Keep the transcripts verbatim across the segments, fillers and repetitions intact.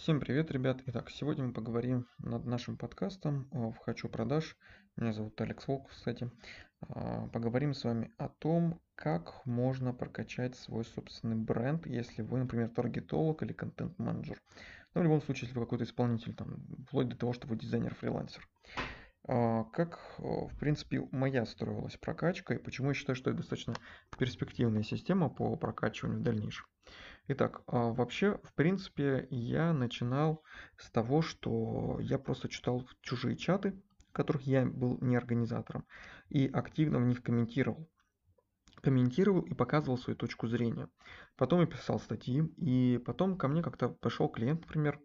Всем привет, ребят! Итак, сегодня мы поговорим над нашим подкастом о в «Хочу продаж». Меня зовут Алекс Волков, кстати. А, Поговорим с вами о том, как можно прокачать свой собственный бренд, если вы, например, таргетолог или контент-менеджер. Ну, в любом случае, если вы какой-то исполнитель, там, вплоть до того, что вы дизайнер-фрилансер. А, Как, э, в принципе, моя строилась прокачка и почему я считаю, что это достаточно перспективная система по прокачиванию в дальнейшем. Итак, а, вообще, в принципе, я начинал с того, что я просто читал чужие чаты, которых я был не организатором, и активно в них комментировал. Комментировал и показывал свою точку зрения. Потом я писал статьи, и потом ко мне как-то пришел клиент, например,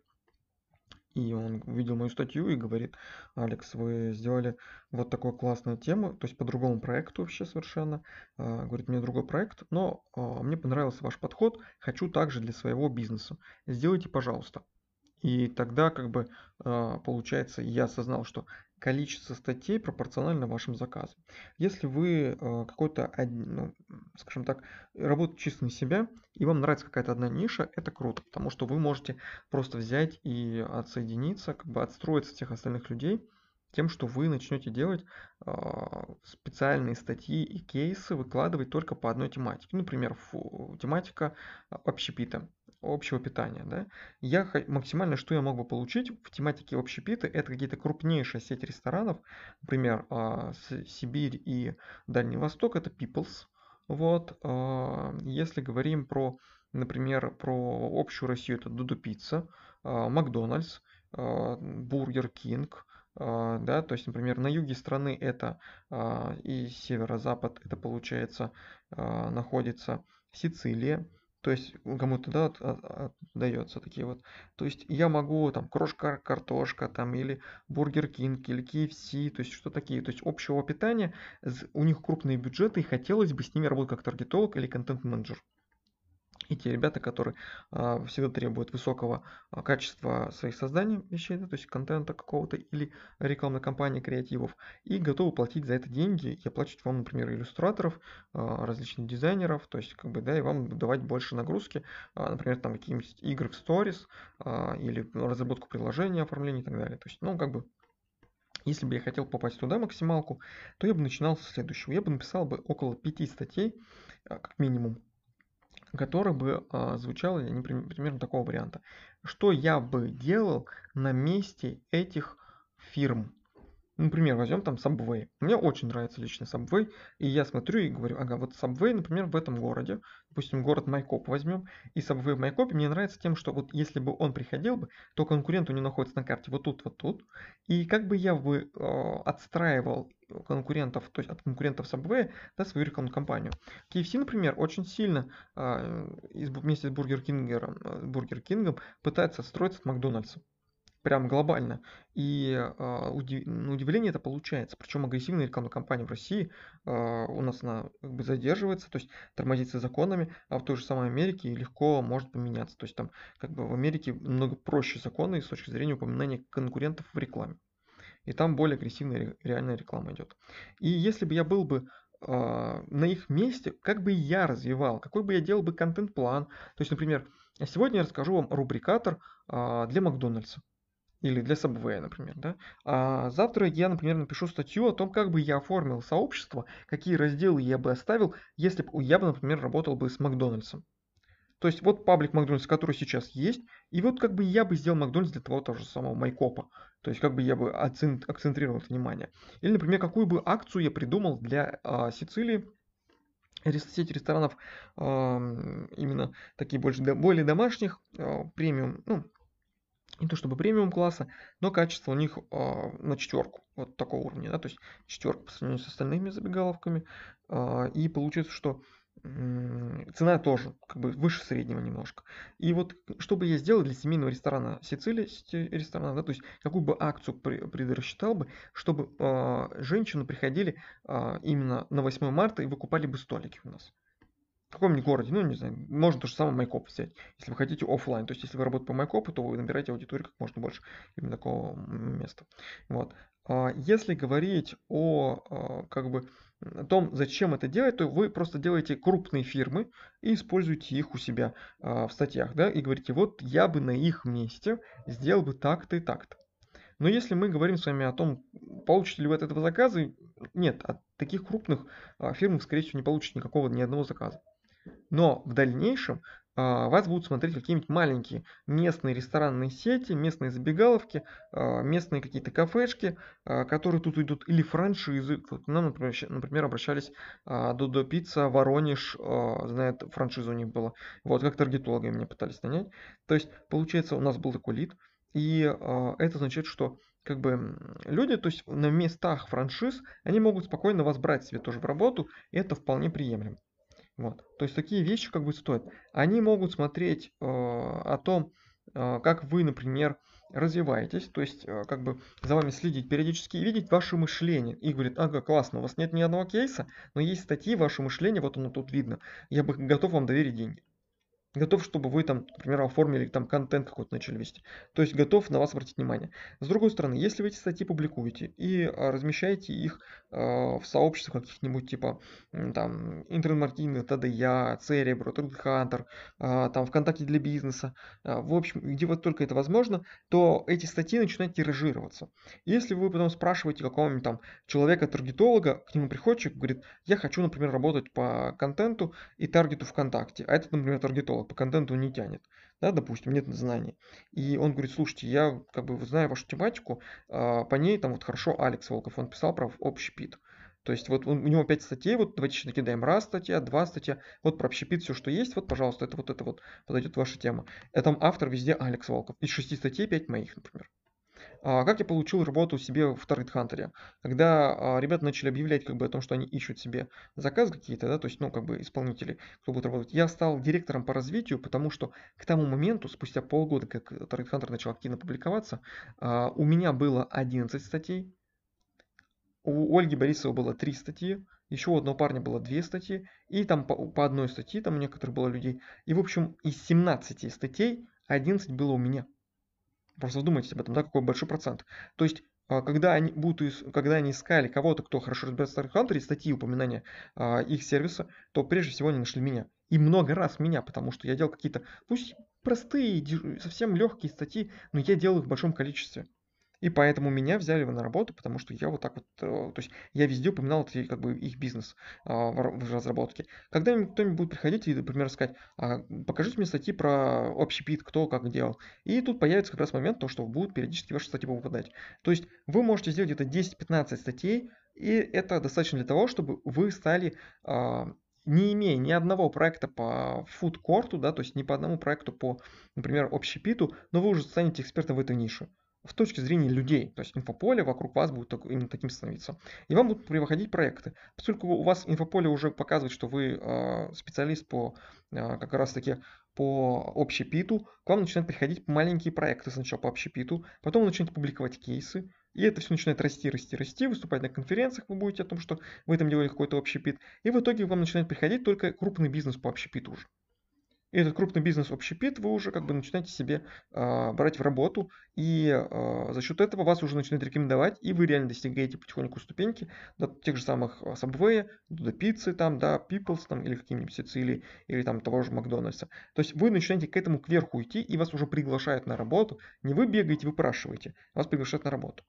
и он увидел мою статью и говорит: Алекс, вы сделали вот такую классную тему, то есть по другому проекту вообще совершенно. А, Говорит, мне другой проект, но а, мне понравился ваш подход, хочу также для своего бизнеса. Сделайте, пожалуйста. И тогда как бы а, получается, я осознал, что количество статей пропорционально вашим заказам. Если вы а, какой-то, од- ну, скажем так, работаете чисто на себя, и вам нравится какая-то одна ниша, это круто, потому что вы можете просто взять и отсоединиться, как бы отстроиться от всех остальных людей тем, что вы начнете делать а, специальные статьи и кейсы, выкладывать только по одной тематике. Например, фу- тематика а, общепита, общего питания, да. Я хо- максимально, что я мог бы получить в тематике общепита, это какие-то крупнейшие сети ресторанов, например, а, С- Сибирь и Дальний Восток, это People's. Вот, а, если говорим про, например, про общую Россию, это Додо Пицца, а, Макдональдс, а, Бургер Кинг, а, да, то есть, например, на юге страны это а, и северо-запад, это получается а, находится Сицилия, то есть ну, кому-то да, от- от- отдается такие вот. То есть я могу там крошка картошка там или Бургер Кинг или К Ф С, то есть что такие, то есть общего питания, з- у них крупные бюджеты и хотелось бы с ними работать как таргетолог или контент-менеджер. И те ребята, которые а, всегда требуют высокого а, качества своих созданий вещей, да, то есть контента какого-то или рекламной кампании, креативов, и готовы платить за это деньги и оплачивать вам, например, иллюстраторов, а, различных дизайнеров, то есть как бы, да, и вам давать больше нагрузки, а, например, там какие-нибудь игры в сторис а, или разработку приложения, оформление и так далее. То есть, ну, как бы, если бы я хотел попасть туда максималку, то я бы начинал с следующего. Я бы написал бы около пяти статей, а, как минимум, которая бы а, звучала они прим- примерно такого варианта. Что я бы делал на месте этих фирм? Например, возьмем там Subway. Мне очень нравится лично Subway, и я смотрю и говорю, ага, вот Subway, например, в этом городе, допустим, город Майкоп возьмем, и Subway в Майкопе мне нравится тем, что вот если бы он приходил бы, то конкурент у него находится на карте вот тут, вот тут, и как бы я бы э, отстраивал конкурентов, то есть от конкурентов Subway, да, свою рекламную кампанию. К F C, например, очень сильно э, из- вместе с Бургер Кингером, э, Бургер Кингом пытается отстроиться от Макдональдса. Прям глобально. И а, уди- на удивление это получается. Причем агрессивная рекламная кампания в России а, у нас она как бы задерживается, то есть тормозится законами, а в той же самой Америке легко может поменяться. То есть там как бы в Америке много проще законы с точки зрения упоминания конкурентов в рекламе. И там более агрессивная ре- реальная реклама идет. И если бы я был бы а, на их месте, как бы я развивал, какой бы я делал бы контент-план. То есть, например, сегодня я расскажу вам рубрикатор а, для Макдональдса. Или для Subway, например, да. А завтра я, например, напишу статью о том, как бы я оформил сообщество, какие разделы я бы оставил, если бы я бы, например, работал бы с Макдональдсом. То есть вот паблик Макдональдс, который сейчас есть, и вот как бы я бы сделал Макдональдс для того, того же самого Майкопа. То есть как бы я бы акцент- акцентрировал это внимание. Или, например, какую бы акцию я придумал для а, Сицилии, рес- сеть ресторанов ам, именно такие больше, до- более домашних, а, премиум, ну, не то чтобы премиум класса, но качество у них а, на четверку, вот такого уровня, да, то есть четверка по сравнению с остальными забегаловками, а, и получается, что м, цена тоже как бы выше среднего немножко. И вот что бы я сделал для семейного ресторана Сицилии, сети ресторанов, да, то есть какую бы акцию при- предрасчитал бы, чтобы а, женщины приходили а, именно на восьмое марта и выкупали бы столики у нас. В каком-нибудь городе, ну, не знаю, можно то же самое Майкоп взять, если вы хотите оффлайн. То есть, если вы работаете по Майкопу, то вы набираете аудиторию как можно больше именно такого места. Вот. А Если говорить о, а, как бы, о том, зачем это делать, то вы просто делаете крупные фирмы и используете их у себя а, в статьях, да, и говорите, вот я бы на их месте сделал бы так-то и так-то. Но если мы говорим с вами о том, получите ли вы от этого заказы, нет, от таких крупных а, фирм, скорее всего, не получите никакого, ни одного заказа. Но в дальнейшем а, вас будут смотреть какие-нибудь маленькие местные ресторанные сети, местные забегаловки, а, местные какие-то кафешки, а, которые тут идут, или франшизы. Вот к нам, например, ща- например, обращались а, Додо Пицца, Воронеж, а, знает, франшиза у них была. Вот, как таргетолога меня пытались нанять. То есть, получается, у нас был такой лид, и а, это означает, что как бы м, люди, то есть на местах франшиз, они могут спокойно вас брать себе тоже в работу, и это вполне приемлемо. Вот. То есть такие вещи как бы стоят. Они могут смотреть э, о том, э, как вы, например, развиваетесь, то есть э, как бы за вами следить периодически и видеть ваше мышление. И говорит, ага, классно, у вас нет ни одного кейса, но есть статьи, ваше мышление, вот оно тут видно. Я бы готов вам доверить деньги. Готов, чтобы вы там, например, оформили там контент какой-то начали вести. То есть готов на вас обратить внимание. С другой стороны, если вы эти статьи публикуете и а, размещаете их а, в сообществах каких-нибудь типа м, там интернет-маркетинга, тэ дэ я, Церебро, Тред Хантер, а, там ВКонтакте для бизнеса, а, в общем, где вот только это возможно, то эти статьи начинают тиражироваться. Если вы потом спрашиваете какого-нибудь там человека-таргетолога, к нему приходит человек, говорит, я хочу, например, работать по контенту и таргету ВКонтакте, а этот, например, таргетолог по контенту не тянет, да, допустим, нет знаний. И он говорит, слушайте, я как бы знаю вашу тематику, а, по ней там вот хорошо Алекс Волков, он писал про общепит. То есть вот он- у него пять статей, вот давайте еще накидаем раз статья, два статья, вот про общепит все, что есть, вот, пожалуйста, это вот это вот подойдет ваша тема. Это там автор везде Алекс Волков. Из шести статей пять моих, например. А, Как я получил работу себе в Target Hunter? Когда а, ребята начали объявлять как бы о том, что они ищут себе заказы какие-то, да, то есть, ну, как бы исполнители, кто будет работать, я стал директором по развитию, потому что к тому моменту, спустя полгода, как Target Hunter начал активно публиковаться, а, у меня было одиннадцать статей, у Ольги Борисовой было три статьи, еще у одного парня было две статьи, и там по, по одной статье, там у некоторых было людей. И, в общем, из семнадцати статей одиннадцать было у меня. Просто задумайтесь об этом, да, какой большой процент. То есть, а, когда они будут, ис- когда они искали кого-то, кто хорошо разбирается в Star Hunter, и статьи упоминания а, их сервиса, то прежде всего они нашли меня. И много раз меня, потому что я делал какие-то, пусть простые, дежу- совсем легкие статьи, но я делал их в большом количестве. И поэтому меня взяли на работу, потому что я вот так вот, э, то есть я везде упоминал эти, как бы, их бизнес а, в ра- в разработке. Когда кто-нибудь будет приходить и, например, сказать, а, покажите мне статьи про общепит, кто как делал. И тут появится как раз момент, то, что будут периодически ваши статьи попадать. То есть вы можете сделать где-то десять-пятнадцать статей, и это достаточно для того, чтобы вы стали, а, не имея ни одного проекта по фудкорту, да, то есть ни по одному проекту по, например, общепиту, но вы уже станете экспертом в этой нише в точке зрения людей, то есть инфополе вокруг вас будет так- именно таким становиться. И вам будут приходить проекты. Поскольку у вас инфополе уже показывает, что вы э, специалист по э, как раз таки по общепиту, к вам начинают приходить маленькие проекты сначала по общепиту, потом вы начинаете публиковать кейсы, и это все начинает расти, расти, расти, выступать на конференциях вы будете о том, что вы там делали какой-то общепит, и в итоге вам начинает приходить только крупный бизнес по общепиту уже. И этот крупный бизнес общепит вы уже как бы начинаете себе а, брать в работу, и а, за счет этого вас уже начинают рекомендовать, и вы реально достигаете потихоньку ступеньки до тех же самых а, Subway, до пиццы там, да, People's там, или каким-нибудь Сицилии, или там того же Макдональдса. То есть вы начинаете к этому кверху идти, и вас уже приглашают на работу. Не вы бегаете, выпрашиваете, а вас приглашают на работу.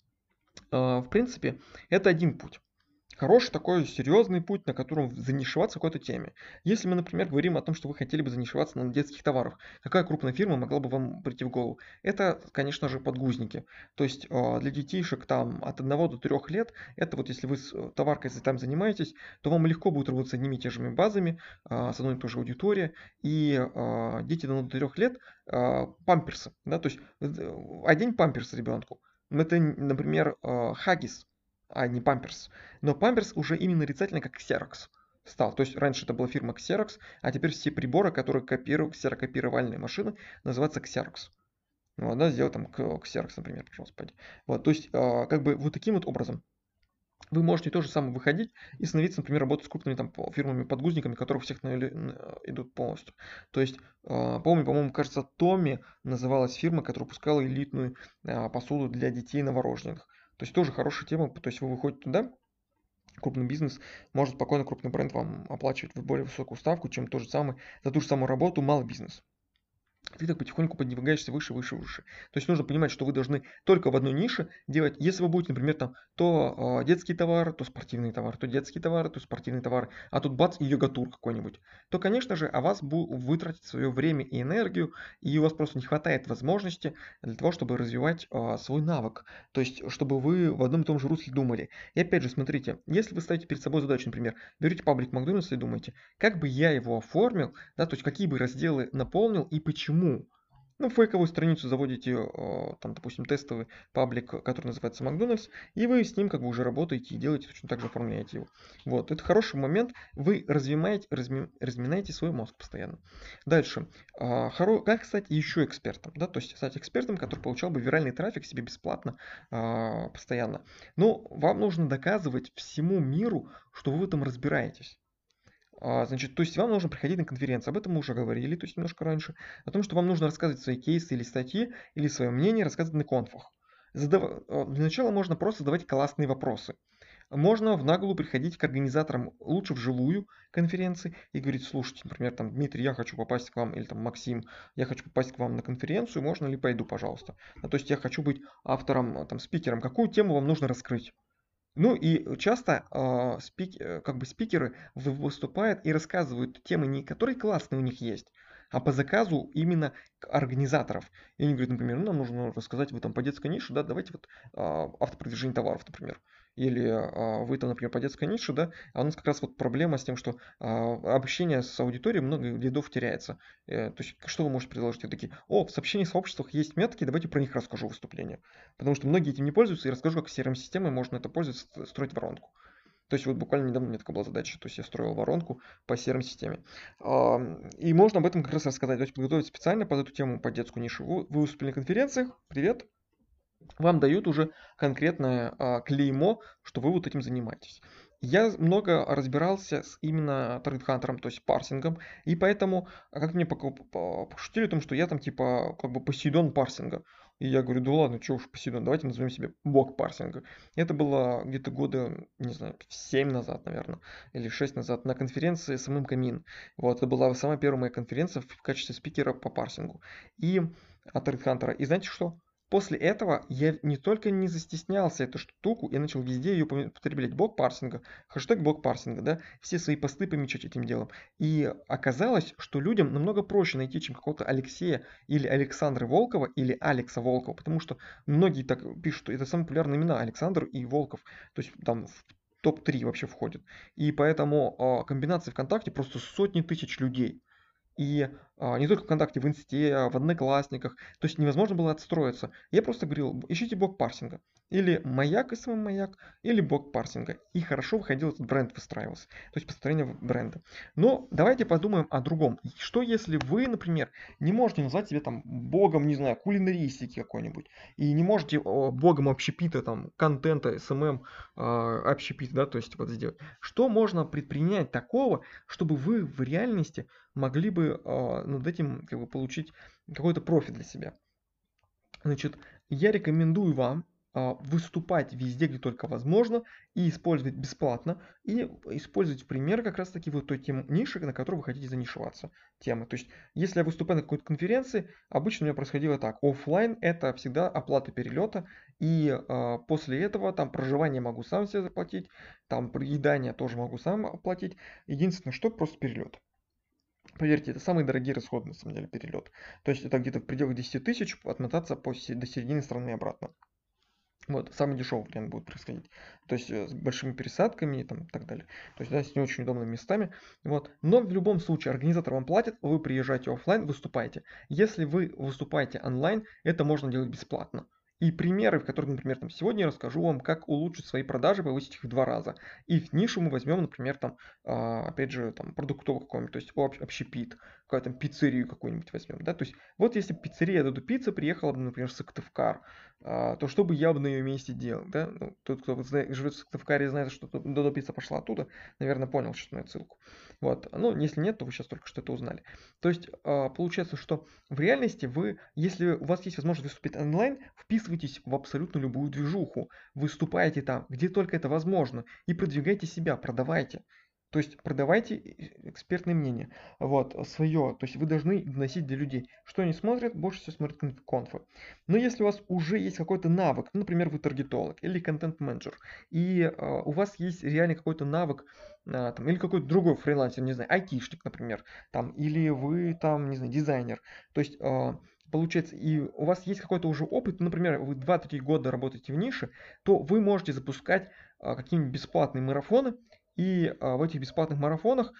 А, В принципе, это один путь. Хороший такой серьезный путь, на котором занишеваться в какой-то теме. Если мы, например, говорим о том, что вы хотели бы занишеваться на детских товарах, какая крупная фирма могла бы вам прийти в голову? Это, конечно же, подгузники. То есть э, для детишек там от одного до трех лет, это вот если вы с э, товаркой там занимаетесь, то вам легко будет работать с одними и теми же базами, э, с одной и той же аудиторией, и э, дети до трех лет э, памперсы, да, то есть э, одень памперс ребенку. Это, например, э, хаггис, а не памперс. Но Pampers уже именно нарицательно как Xerox стал. То есть раньше это была фирма Xerox, а теперь все приборы, которые копируют, ксерокопировальные машины, называются Xerox. Вот, да, сделать там Xerox, например, господи. Вот, то есть, а, как бы вот таким вот образом вы можете то же самое выходить и становиться, например, работать с крупными там фирмами-подгузниками, которые у всех идут полностью. То есть, а, помню, по-моему, кажется, Томми называлась фирма, которая выпускала элитную а, посуду для детей новорожденных. То есть тоже хорошая тема, то есть вы выходите туда, Крупный бизнес может спокойно, крупный бренд вам оплачивать более высокую ставку, чем то же самое, за ту же самую работу малый бизнес. Ты так потихоньку подвигаешься выше, выше, выше. То есть нужно понимать, что вы должны только в одной нише делать. Если вы будете, например, там то э, детские товары, то спортивные товары, то детские товары, то спортивные товары, а тут бац и йога-тур какой-нибудь, то, конечно же, о вас вы тратите свое время и энергию, и у вас просто не хватает возможности для того, чтобы развивать э, свой навык. То есть, чтобы вы в одном и том же русле думали. И опять же, смотрите, если вы ставите перед собой задачу, например, берете паблик Макдональдса и думаете, как бы я его оформил, да, то есть какие бы разделы наполнил и почему. Ну, фейковую страницу заводите, э, там, допустим, тестовый паблик, который называется Макдональдс, и вы с ним как бы уже работаете и делаете, точно так же оформляете его. Вот, это хороший момент, вы развиваете, разми, разминаете свой мозг постоянно. Дальше, э, хоро, как стать еще экспертом, да, то есть стать экспертом, который получал бы виральный трафик себе бесплатно, э, постоянно. Но вам нужно доказывать всему миру, что вы в этом разбираетесь. Значит, то есть вам нужно приходить на конференции, об этом мы уже говорили, то есть немножко раньше, о том, что вам нужно рассказывать свои кейсы или статьи, или свое мнение рассказывать на конфах. Задав... Для начала можно просто задавать классные вопросы. Можно в наглую приходить к организаторам, лучше вживую конференции, и говорить, слушайте, например, там, Дмитрий, я хочу попасть к вам, или там, Максим, я хочу попасть к вам на конференцию, можно ли пойду, пожалуйста. А, то есть я хочу быть автором, там, спикером, какую тему вам нужно раскрыть. Ну и часто э, спик, как бы спикеры выступают и рассказывают темы, не которые классные у них есть, а по заказу именно организаторов. И они говорят, например, ну, нам нужно рассказать, вы там по детской нише, да, давайте вот э, автопродвижение товаров, например. Или э, вы там, например, по детской нише, да, а у нас как раз вот проблема с тем, что э, общение с аудиторией много лидов теряется. Э, то есть, что вы можете предложить? И такие, о, в сообщении в сообществах есть метки, давайте про них расскажу выступление. Потому что многие этим не пользуются, и расскажу, как си эр эм-системой можно это пользоваться, строить воронку. То есть вот буквально недавно у меня такая была задача, то есть я строил воронку по си эр эм-системе. И можно об этом как раз рассказать, то есть подготовить специально под эту тему, под детскую нишу. Вы выступили на конференциях, привет, вам дают уже конкретное а, клеймо, что вы вот этим занимаетесь. Я много разбирался с именно таргет-хантером, то есть парсингом, и поэтому, как мне пошутили о том, что я там типа как бы Посейдон парсинга. И я говорю, да ладно, что уж Посейдон, давайте назовем себя бог парсинга. Это было где-то года, не знаю, семь назад, наверное, или шесть назад на конференции самым Камин. Вот, это была самая первая моя конференция в качестве спикера по парсингу и от таргет-хантера. И знаете что? После этого я не только не застеснялся эту штуку, я начал везде ее употреблять, блок парсинга, хэштег блок парсинга, да, все свои посты помечать этим делом. И оказалось, что людям намного проще найти, чем какого-то Алексея или Александра Волкова или Алекса Волкова, потому что многие так пишут, что это самые популярные имена, Александр и Волков, то есть там в топ три вообще входит. И поэтому комбинации ВКонтакте просто сотни тысяч людей. И а, не только ВКонтакте, в Инсте, в Одноклассниках. То есть невозможно было отстроиться. Я просто говорил, ищите блок парсинга. Или маяк, эс эм эм маяк, или блок парсинга. И хорошо выходил этот бренд, выстраивался. То есть построение бренда. Но давайте подумаем о другом. Что если вы, например, не можете назвать себя там богом, не знаю, кулинаристики какой-нибудь. И не можете о, богом общепита, там, контента, эс эм эм, э, общепита, да, то есть вот сделать. Что можно предпринять такого, чтобы вы в реальности могли бы э, над этим как бы получить какой-то профит для себя. Значит, я рекомендую вам э, выступать везде, где только возможно, и использовать бесплатно, и использовать в пример как раз таки вот той темы ниши, на которой вы хотите занишеваться. Темы. То есть, если я выступаю на какой-то конференции, обычно у меня происходило так. Оффлайн это всегда оплата перелета, и э, после этого там проживание могу сам себе заплатить, там проедание тоже могу сам оплатить. Единственное, что просто перелет. Поверьте, это самые дорогие расходы, на самом деле, перелет. То есть это где-то в пределах десяти тысяч отмотаться по, до середины страны и обратно. Вот, самый дешевый вариант будет происходить. То есть с большими пересадками и там, так далее. То есть, да, с не очень удобными местами. Вот. Но в любом случае организатор вам платит, вы приезжаете офлайн, выступаете. Если вы выступаете онлайн, это можно делать бесплатно. И примеры, в которых, например, там, сегодня я расскажу вам, как улучшить свои продажи, повысить их в два раза. И в нишу мы возьмем, например, там, опять же, там, продуктовый какой-нибудь, то есть общепит, какую-то пиццерию какую-нибудь возьмем, да, то есть вот если пиццерия Додо Пицца приехала бы, например, в Сыктывкар, а, то что бы я бы на ее месте делал, да, ну, тот, кто зна- живет в Сыктывкаре, знает, что тут Додо Пицца пошла оттуда, наверное, понял сейчас мою ссылку, вот, ну, если нет, то вы сейчас только что это узнали, то есть а, получается, что в реальности вы, если у вас есть возможность выступить онлайн, вписывайтесь в абсолютно любую движуху, выступайте там, где только это возможно, и продвигайте себя, продавайте. То есть продавайте экспертное мнение, вот, свое, то есть вы должны доносить для людей. Что они смотрят, больше всего смотрят конфы. Но если у вас уже есть какой-то навык, ну, например, вы таргетолог или контент-менеджер, и э, у вас есть реально какой-то навык, э, там, или какой-то другой фрилансер, не знаю, айтишник, например, там, или вы там, не знаю, дизайнер, то есть э, получается, и у вас есть какой-то уже опыт, например, вы два-три года работаете в нише, то вы можете запускать а, какие-нибудь бесплатные марафоны, и а, в этих бесплатных марафонах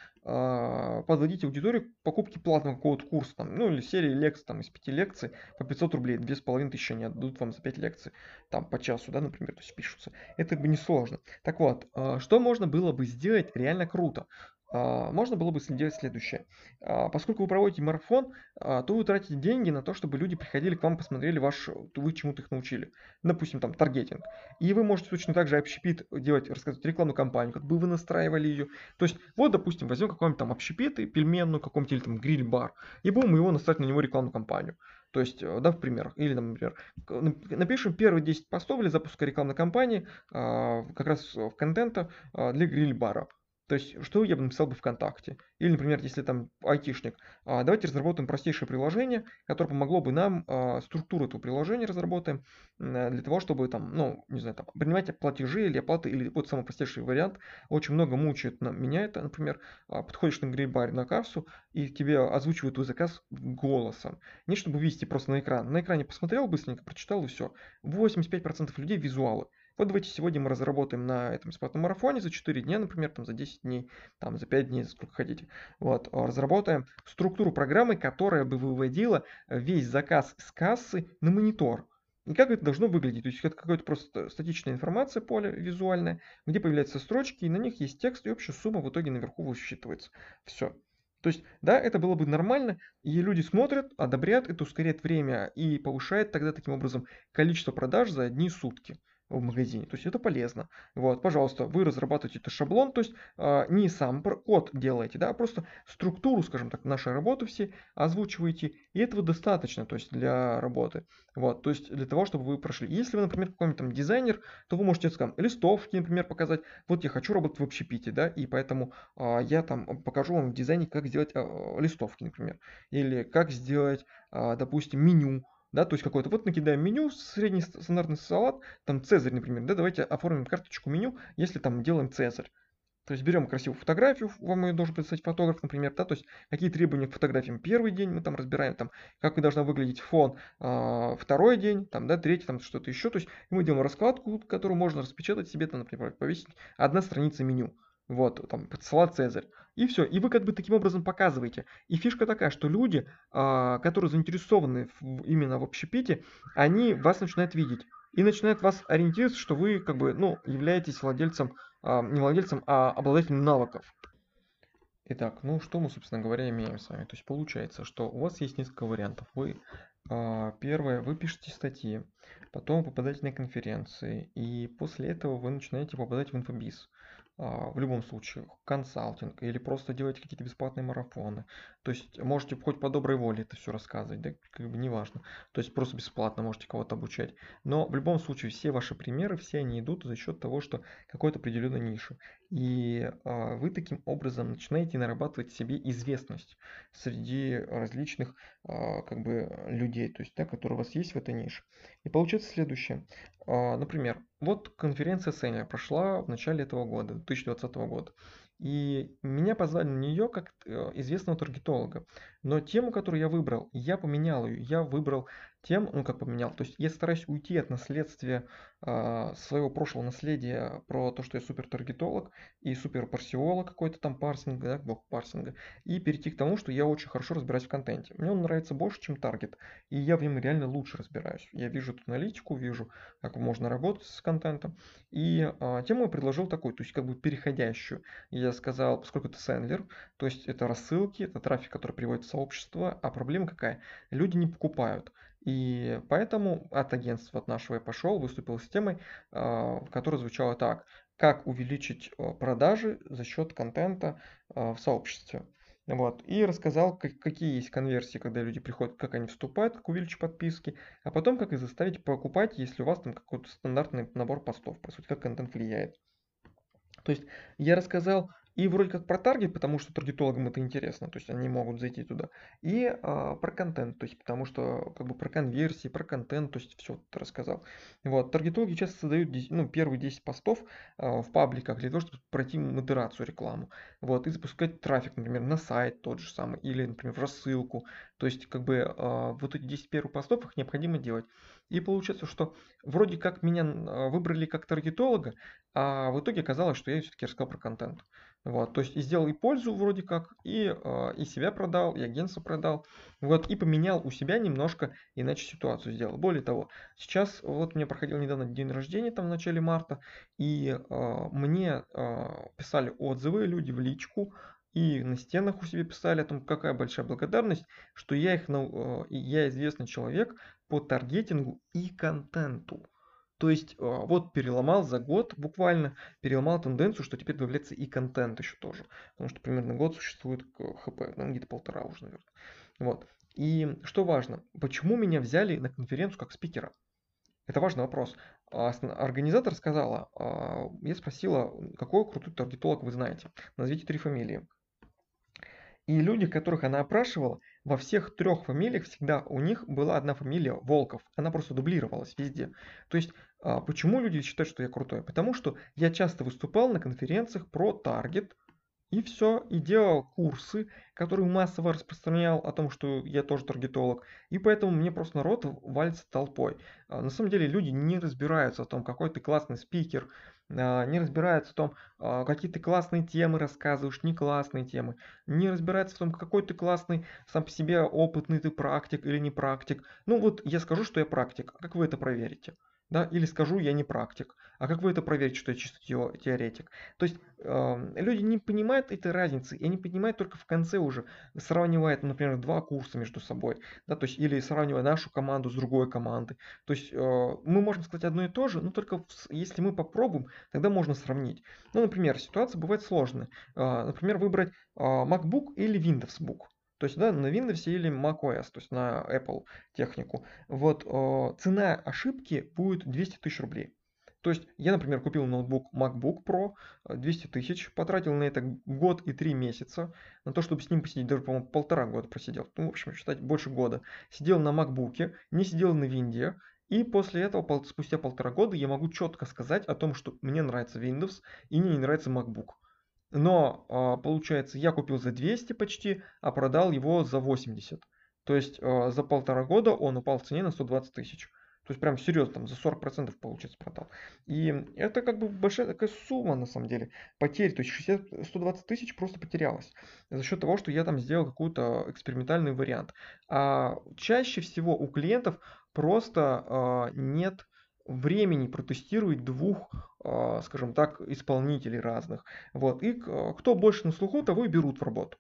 а, подводить аудиторию к покупке платного какого-то курса, там, ну или серии лекций, там, из пяти лекций по пятьсот рублей, две с половиной тысячи они отдадут вам за пять лекций, там, по часу, да, например, то есть пишутся. Это бы несложно. Так вот, а, что можно было бы сделать реально круто? А, Можно было бы сделать следующее. А, Поскольку вы проводите марафон, а, то вы тратите деньги на то, чтобы люди приходили к вам, посмотрели ваш, вы чему-то их научили. Допустим, там, таргетинг. И вы можете точно так же общепит делать, рассказывать рекламную кампанию, как бы вы настраивали ее. То есть, вот, допустим, возьмем какой-нибудь там общепит и пельменную, каком-нибудь или там гриль-бар, и будем его настраивать на него рекламную кампанию. То есть, э, да, в примерах. Или, там, например, напишем первые десять постов для запуска рекламной кампании а, как раз в контента а, для гриль-бара. То есть, что я бы написал бы ВКонтакте. Или, например, если там айтишник, а, давайте разработаем простейшее приложение, которое помогло бы нам, а, структуру этого приложения разработаем, м, для того, чтобы там, ну, не знаю, там, принимать платежи или оплаты, или вот самый простейший вариант. Очень много мучает на- меня это, например, а, подходишь на гриль-баре на кассу, и тебе озвучивают твой заказ голосом. Не чтобы ввести просто на экран. На экране посмотрел быстренько, прочитал и все. восемьдесят пять процентов людей визуалы. Вот давайте сегодня мы разработаем на этом бесплатном марафоне за четыре дня, например, там за десять дней, там за пять дней, за сколько хотите. Вот, а, разработаем структуру программы, которая бы выводила весь заказ с кассы на монитор. И как это должно выглядеть? То есть это какая-то просто статичная информация, поле визуальное, где появляются строчки, и на них есть текст, и общая сумма в итоге наверху высчитывается. Все. То есть, да, это было бы нормально, и люди смотрят, одобряют, это ускоряет время и повышает тогда таким образом количество продаж за одни сутки в магазине. То есть это полезно. Вот, пожалуйста, вы разрабатываете этот шаблон, то есть а, не сам код делаете, да, а просто структуру, скажем так, нашей работы все озвучиваете, и этого достаточно, то есть для работы. Вот, то есть для того, чтобы вы прошли. Если вы, например, какой-нибудь там дизайнер, то вы можете там листовки, например, показать. Вот я хочу работать в общепите, да, и поэтому а, я там покажу вам в дизайне, как сделать а, листовки, например, или как сделать, а, допустим, меню, да, то есть какое-то, вот накидаем меню, средний стандартный салат, там Цезарь, например, да, давайте оформим карточку меню, если там делаем Цезарь. То есть берем красивую фотографию, вам ее должен представить фотограф, например, да, то есть какие требования к фотографиям. Первый день мы там разбираем, там, как должна выглядеть фон, а, второй день, там, да, третий, там, что-то еще. То есть мы делаем раскладку, которую можно распечатать себе, там, например, повесить одна страница меню. Вот, там, салат Цезарь. И все. И вы как бы таким образом показываете. И фишка такая, что люди, а, которые заинтересованы в, именно в общепите, они вас начинают видеть. И начинают вас ориентироваться, что вы как бы, ну, являетесь владельцем, а, не владельцем, а обладателем навыков. Итак, ну что мы, собственно говоря, имеем с вами? То есть получается, что у вас есть несколько вариантов. Вы, а, первое, вы пишете статьи, потом попадаете на конференции, и после этого вы начинаете попадать в инфобиз. А, В любом случае, консалтинг или просто делаете какие-то бесплатные марафоны. То есть можете хоть по доброй воле это все рассказывать, да, как бы неважно. То есть просто бесплатно можете кого-то обучать. Но в любом случае все ваши примеры, все они идут за счет того, что какой-то определенной ниши. И а, вы таким образом начинаете нарабатывать себе известность среди различных а, как бы людей, то есть, да, которые у вас есть в этой нише. И получается следующее. А, например, вот конференция Senior прошла в начале этого года, две тысячи двадцатого года. И меня позвали на нее как э, известного таргетолога. Но тему, которую я выбрал, я поменял ее. Я выбрал тем, ну, как поменял. То есть я стараюсь уйти от наследствия а, своего прошлого наследия про то, что я супер таргетолог и супер парсиолог какой-то там парсинга, да, бог парсинга, и перейти к тому, что я очень хорошо разбираюсь в контенте. Мне он нравится больше, чем таргет, и я в нем реально лучше разбираюсь. Я вижу эту аналитику, вижу, как можно работать с контентом, и а, тему я предложил такой, то есть как бы переходящую. Я сказал, поскольку это сендлер, то есть это рассылки, это трафик, который приводит в сообщество, а проблема какая? Люди не покупают. И поэтому от агентства от нашего я пошел, выступил с темой, а, которая звучала так: как увеличить а, продажи за счет контента а, в сообществе. Вот. И рассказал, как- какие есть конверсии, когда люди приходят, как они вступают, как увеличить подписки, а потом как их заставить покупать, если у вас там какой-то стандартный набор постов, по сути, как контент влияет. То есть я рассказал и вроде как про таргет, потому что таргетологам это интересно, то есть они могут зайти туда, и а, про контент, то есть потому что как бы про конверсии, про контент, то есть все вот рассказал. Вот, таргетологи часто создают дес- ну, первые десять постов а, в пабликах для того, чтобы пройти модерацию рекламу, вот, и запускать трафик, например, на сайт тот же самый, или, например, в рассылку, то есть как бы а, вот эти десять первых постов их необходимо делать. И получается, что вроде как меня а, выбрали как таргетолога, а в итоге оказалось, что я все-таки рассказал про контент. Вот, то есть и сделал и пользу вроде как, и, э, и себя продал, и агентство продал. Вот, и поменял у себя немножко, иначе ситуацию сделал. Более того, сейчас вот у меня проходил недавно день рождения, там в начале марта, и э, мне э, писали отзывы люди в личку, и на стенах у себя писали о том, какая большая благодарность, что я их, нау- э, я известный человек по таргетингу и контенту. То есть а, вот переломал за год буквально, переломал тенденцию, что теперь появляется и контент еще тоже. Потому что примерно год существует к- ХП, ну где-то полтора уже, наверное. Вот. И что важно, почему меня взяли на конференцию как спикера? Это важный вопрос. А, сн- Организатор сказала, а, я спросила, какой крутой таргетолог вы знаете? Назовите три фамилии. И люди, которых она опрашивала, во всех трех фамилиях всегда у них была одна фамилия Волков. Она просто дублировалась везде. То есть, а, почему люди считают, что я крутой? Потому что я часто выступал на конференциях про таргет, и все, и делал курсы, которые массово распространял о том, что я тоже таргетолог. И поэтому мне просто народ валится толпой. А, На самом деле люди не разбираются о том, какой ты классный спикер, а, не разбираются в том, а, какие ты классные темы рассказываешь, не классные темы, не разбираются в том, какой ты классный сам по себе опытный ты практик или не практик. Ну вот я скажу, что я практик, а как вы это проверите? Да, или скажу, я не практик. А как вы это проверите, что я чисто тео- теоретик? То есть э, люди не понимают этой разницы, и они понимают только в конце уже, сравнивая, например, два курса между собой, да, то есть или сравнивая нашу команду с другой командой. То есть э, мы можем сказать одно и то же, но только в с- если мы попробуем, тогда можно сравнить. Ну, например, ситуация бывает сложная. Э, например, выбрать э, MacBook или Windows Book. То есть, да, на Windows или macOS, то есть на Apple технику. Вот э, цена ошибки будет двести тысяч рублей. То есть я, например, купил ноутбук MacBook Pro э, двести тысяч, потратил на это год и три месяца, на то, чтобы с ним посидеть, даже, по-моему, полтора года просидел. Ну, в общем, считать, больше года. Сидел на MacBook, не сидел на винде, и после этого, пол- спустя полтора года, я могу четко сказать о том, что мне нравится Windows и мне не нравится MacBook. Но а, получается, я купил за двести почти, а продал его за восемьдесят. То есть а, за полтора года он упал в цене на сто двадцать тысяч. То есть прям серьезно, там за сорок процентов получается продал. И это как бы большая такая сумма на самом деле потерь. То есть шестьдесят сто двадцать тысяч просто потерялось за счет того, что я там сделал какой-то экспериментальный вариант. А чаще всего у клиентов просто а, нет времени протестировать двух, а, скажем так, исполнителей разных. Вот. И к- кто больше на слуху, того и берут в работу.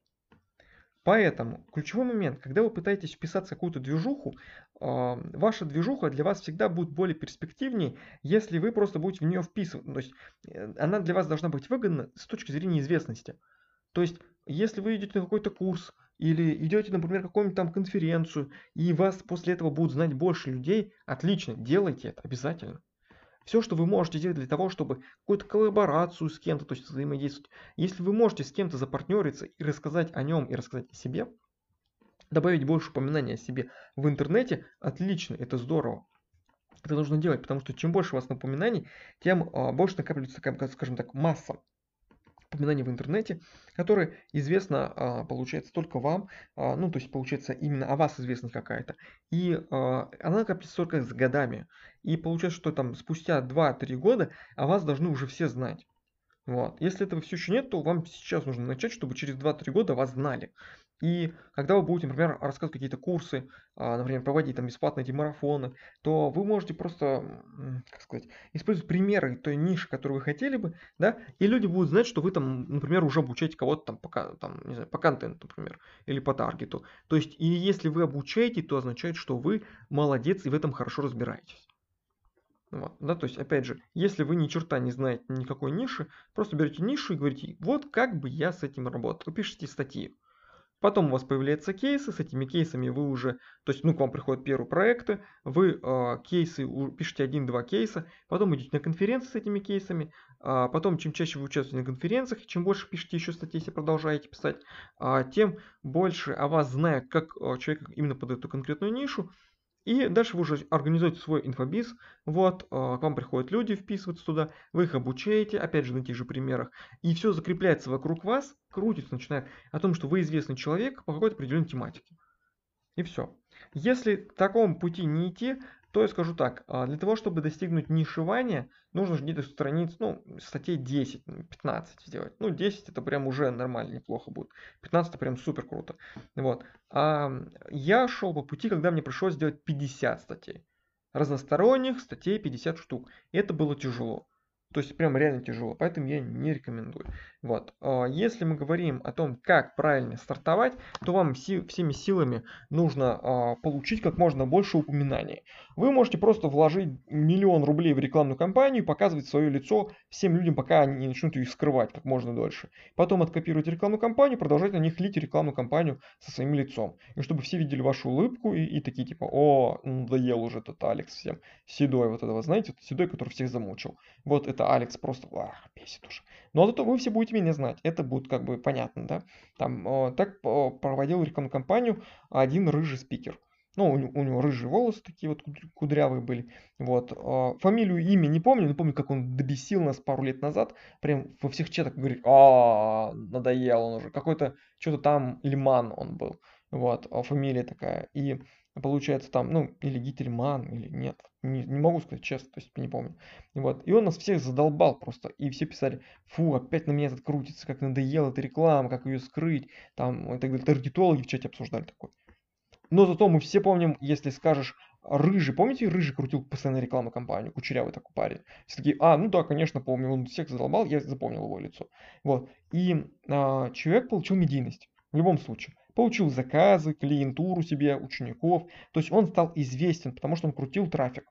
Поэтому ключевой момент, когда вы пытаетесь вписаться в какую-то движуху, а, ваша движуха для вас всегда будет более перспективнее, если вы просто будете в нее вписываться. То есть э, она для вас должна быть выгодна с точки зрения известности. То есть, если вы идете на какой-то курс или идете, например, на какую-нибудь там конференцию, и вас после этого будут знать больше людей, отлично, делайте это обязательно. Все, что вы можете сделать для того, чтобы какую-то коллаборацию с кем-то, то есть взаимодействовать. Если вы можете с кем-то запартнериться и рассказать о нем, и рассказать о себе, добавить больше упоминаний о себе в интернете, отлично, это здорово. Это нужно делать, потому что чем больше у вас напоминаний, тем а, больше накапливается, как бы, скажем так, масса. упоминание в интернете, которое известно, а, получается, только вам, а, ну, то есть, получается, именно о вас известность какая-то. И а, она копится только с годами. И получается, что там спустя два-три года о вас должны уже все знать. Вот. Если этого все еще нет, то вам сейчас нужно начать, чтобы через два-три года вас знали. И когда вы будете, например, рассказывать какие-то курсы, а, например, проводить там бесплатные эти марафоны, то вы можете просто, м, как сказать, использовать примеры той ниши, которую вы хотели бы, да, и люди будут знать, что вы там, например, уже обучаете кого-то там по, ка- там, не знаю, по контенту, например, или по таргету. То есть, и если вы обучаете, то означает, что вы молодец и в этом хорошо разбираетесь. Вот, да, то есть, опять же, если вы ни черта не знаете никакой ниши, просто берете нишу и говорите, вот как бы я с этим работал. Вы пишете статьи. Потом у вас появляются кейсы, с этими кейсами вы уже, то есть, ну, к вам приходят первые проекты, вы э, кейсы, у- пишете один-два кейса, потом идете на конференции с этими кейсами, а потом, чем чаще вы участвуете на конференциях, чем больше пишете еще статей, если продолжаете писать, а, тем больше о вас знают, как э, человек именно под эту конкретную нишу, и дальше вы уже организуете свой инфобиз, вот, а, к вам приходят люди, вписываются туда, вы их обучаете, опять же, на тех же примерах, и все закрепляется вокруг вас, крутится, начинает о том, что вы известный человек по какой-то определенной тематике. И все. Если такому пути не идти, то я скажу так, а, для того, чтобы достигнуть нишевания, нужно же где-то страниц, ну, статей десять, ну, пятнадцать сделать. Ну, десять это прям уже нормально, неплохо будет. пятнадцать это прям супер круто. Вот. А я шел по пути, когда мне пришлось сделать пятьдесят статей. Разносторонних статей пятьдесят штук. И это было тяжело. То есть прям реально тяжело, поэтому я не рекомендую. Вот. А если мы говорим о том, как правильно стартовать, то вам си- всеми силами нужно а, получить как можно больше упоминаний. Вы можете просто вложить миллион рублей в рекламную кампанию и показывать свое лицо всем людям, пока они не начнут их скрывать как можно дольше. Потом откопировать рекламную кампанию, продолжать на них лить рекламную кампанию со своим лицом. И чтобы все видели вашу улыбку и, и такие типа, о, надоел уже этот Алекс всем. Седой вот этого, знаете, седой, который всех замучил. Вот это Алекс просто а, бесит уже. Но зато вы все будете меня знать. Это будет как бы понятно, да? Там э, так э, проводил рекламную кампанию один рыжий спикер. Ну, у, него- у него рыжие волосы такие вот куд- кудрявые были. Вот. э, Фамилию, имя не помню, но помню, как он добесил нас пару лет назад. Прям во всех чатах говорит, а, надоел он уже. Какой-то, что-то там Лиман он был. Вот, а фамилия такая. И получается там, ну, или Гительман, или нет. Не, не могу сказать честно, то есть не помню. Вот. И он нас всех задолбал просто. И все писали, фу, опять на меня этот крутится, как надоела эта реклама, как ее скрыть. Там и так далее. Таргетологи в чате обсуждали такое. Но зато мы все помним, если скажешь Рыжий, помните, Рыжий крутил постоянно рекламную кампанию, кучерявый такой парень. Все такие, а, ну да, конечно, помню, он всех задолбал, я запомнил его лицо. Вот, и а, человек получил медийность, в любом случае. Получил заказы, клиентуру себе, учеников. То есть он стал известен, потому что он крутил трафик.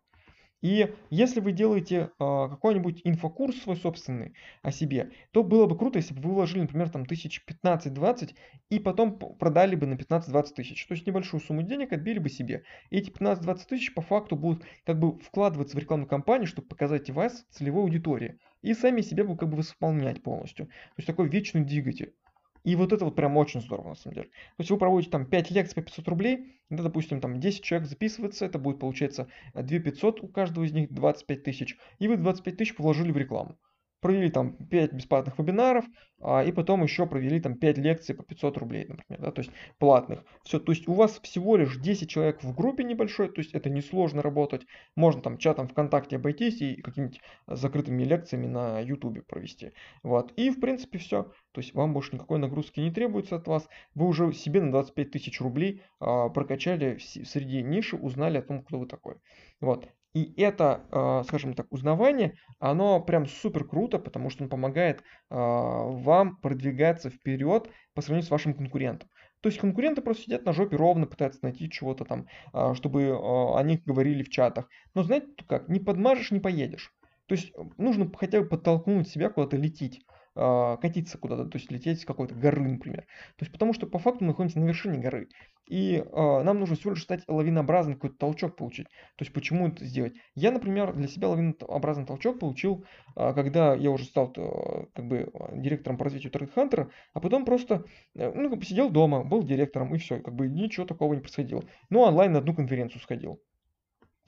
И если вы делаете а, какой-нибудь инфокурс свой собственный о себе, то было бы круто, если бы вы вложили, например, там тысяч пятнадцать-двадцать и потом п- продали бы на пятнадцать-двадцать тысяч. То есть небольшую сумму денег отбили бы себе. И эти пятнадцать-двадцать тысяч по факту будут как бы вкладываться в рекламную кампанию, чтобы показать вас целевой аудитории. И сами себя будут как бы восполнять полностью. То есть такой вечный двигатель. И вот это вот прям очень здорово, на самом деле. То есть вы проводите там пять лекций по пятьсот рублей, да, допустим, там десять человек записывается, это будет, получается, две тысячи пятьсот у каждого из них, двадцать пять тысяч, и вы двадцать пять тысяч вложили в рекламу. Провели там пять бесплатных вебинаров, а, и потом еще провели там пять лекций по пятьсот рублей, например, да, то есть платных. Все, то есть у вас всего лишь десять человек в группе небольшой, то есть это несложно работать. Можно там чатом ВКонтакте обойтись и какими-нибудь закрытыми лекциями на Ютубе провести. Вот, и в принципе все. То есть вам больше никакой нагрузки не требуется от вас. Вы уже себе на двадцать пять тысяч рублей а, прокачали среди ниши, узнали о том, кто вы такой. Вот. И это, а, скажем так, узнавание, оно прям супер круто, потому что он помогает а, вам продвигаться вперед по сравнению с вашим конкурентом. То есть конкуренты просто сидят на жопе ровно, пытаются найти чего-то там, а, чтобы а, о них говорили в чатах. Но знаете как, не подмажешь, не поедешь. То есть нужно хотя бы подтолкнуть себя куда-то лететь, а, катиться куда-то, то есть лететь с какой-то горы, например. То есть потому что по факту мы находимся на вершине горы. И а, нам нужно всего лишь стать лавинообразным, какой-то толчок получить. То есть почему это сделать? Я, например, для себя лавинообразный толчок получил, а, когда я уже стал а, как бы а, директором по развитию Target Hunter, а потом просто э, ну, как бы сидел дома, был директором, и все, как бы ничего такого не происходило. Ну, онлайн на одну конференцию сходил.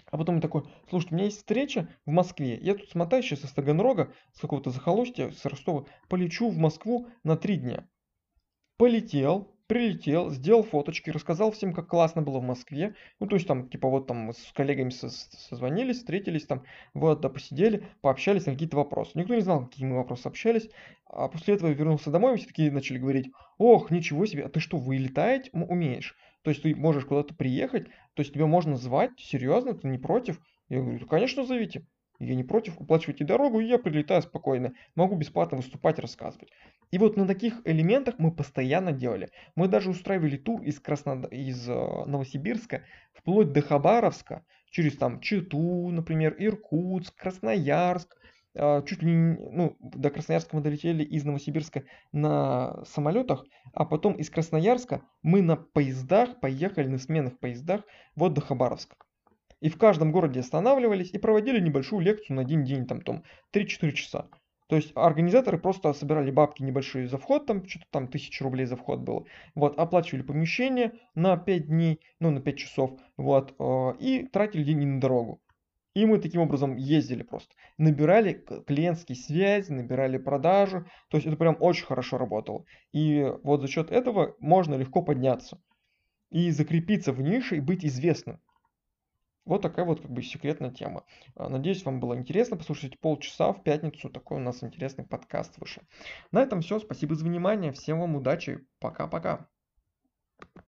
А потом он такой: слушайте, у меня есть встреча в Москве, я тут смотаюсь сейчас из Таганрога, с какого-то захолустья, с Ростова, полечу в Москву на три дня. Полетел, прилетел, сделал фоточки, рассказал всем, как классно было в Москве. Ну, то есть там, типа, вот там мы с коллегами со- созвонились, встретились там, вот, да, посидели, пообщались на какие-то вопросы. Никто не знал, какие мы вопросы общались. А после этого я вернулся домой, и все такие начали говорить: ох, ничего себе, а ты что, вылетать м- умеешь? То есть ты можешь куда-то приехать, то есть тебя можно звать, серьезно, ты не против? Я говорю: да, конечно, зовите. Я не против, уплачивайте дорогу, и я прилетаю спокойно. Могу бесплатно выступать, рассказывать. И вот на таких элементах мы постоянно делали. Мы даже устраивали тур из, Краснод... из э, Новосибирска вплоть до Хабаровска, через там Читу, например, Иркутск, Красноярск. Э, Чуть ли не, ну, до Красноярска мы долетели из Новосибирска на самолетах, а потом из Красноярска мы на поездах поехали, на сменных поездах, вот до Хабаровска. И в каждом городе останавливались и проводили небольшую лекцию на один день, там, там три-четыре часа. То есть организаторы просто собирали бабки небольшие за вход, там что-то там тысяча рублей за вход было, вот, оплачивали помещение на пять дней, ну, на пять часов, вот, э, и тратили деньги на дорогу. И мы таким образом ездили просто. Набирали к- клиентские связи, набирали продажи, то есть это прям очень хорошо работало. И вот за счет этого можно легко подняться и закрепиться в нише и быть известным. Вот такая вот как бы секретная тема. А, Надеюсь, вам было интересно послушать полчаса в пятницу. Такой у нас интересный подкаст вышел. На этом все. Спасибо за внимание. Всем вам удачи. Пока-пока.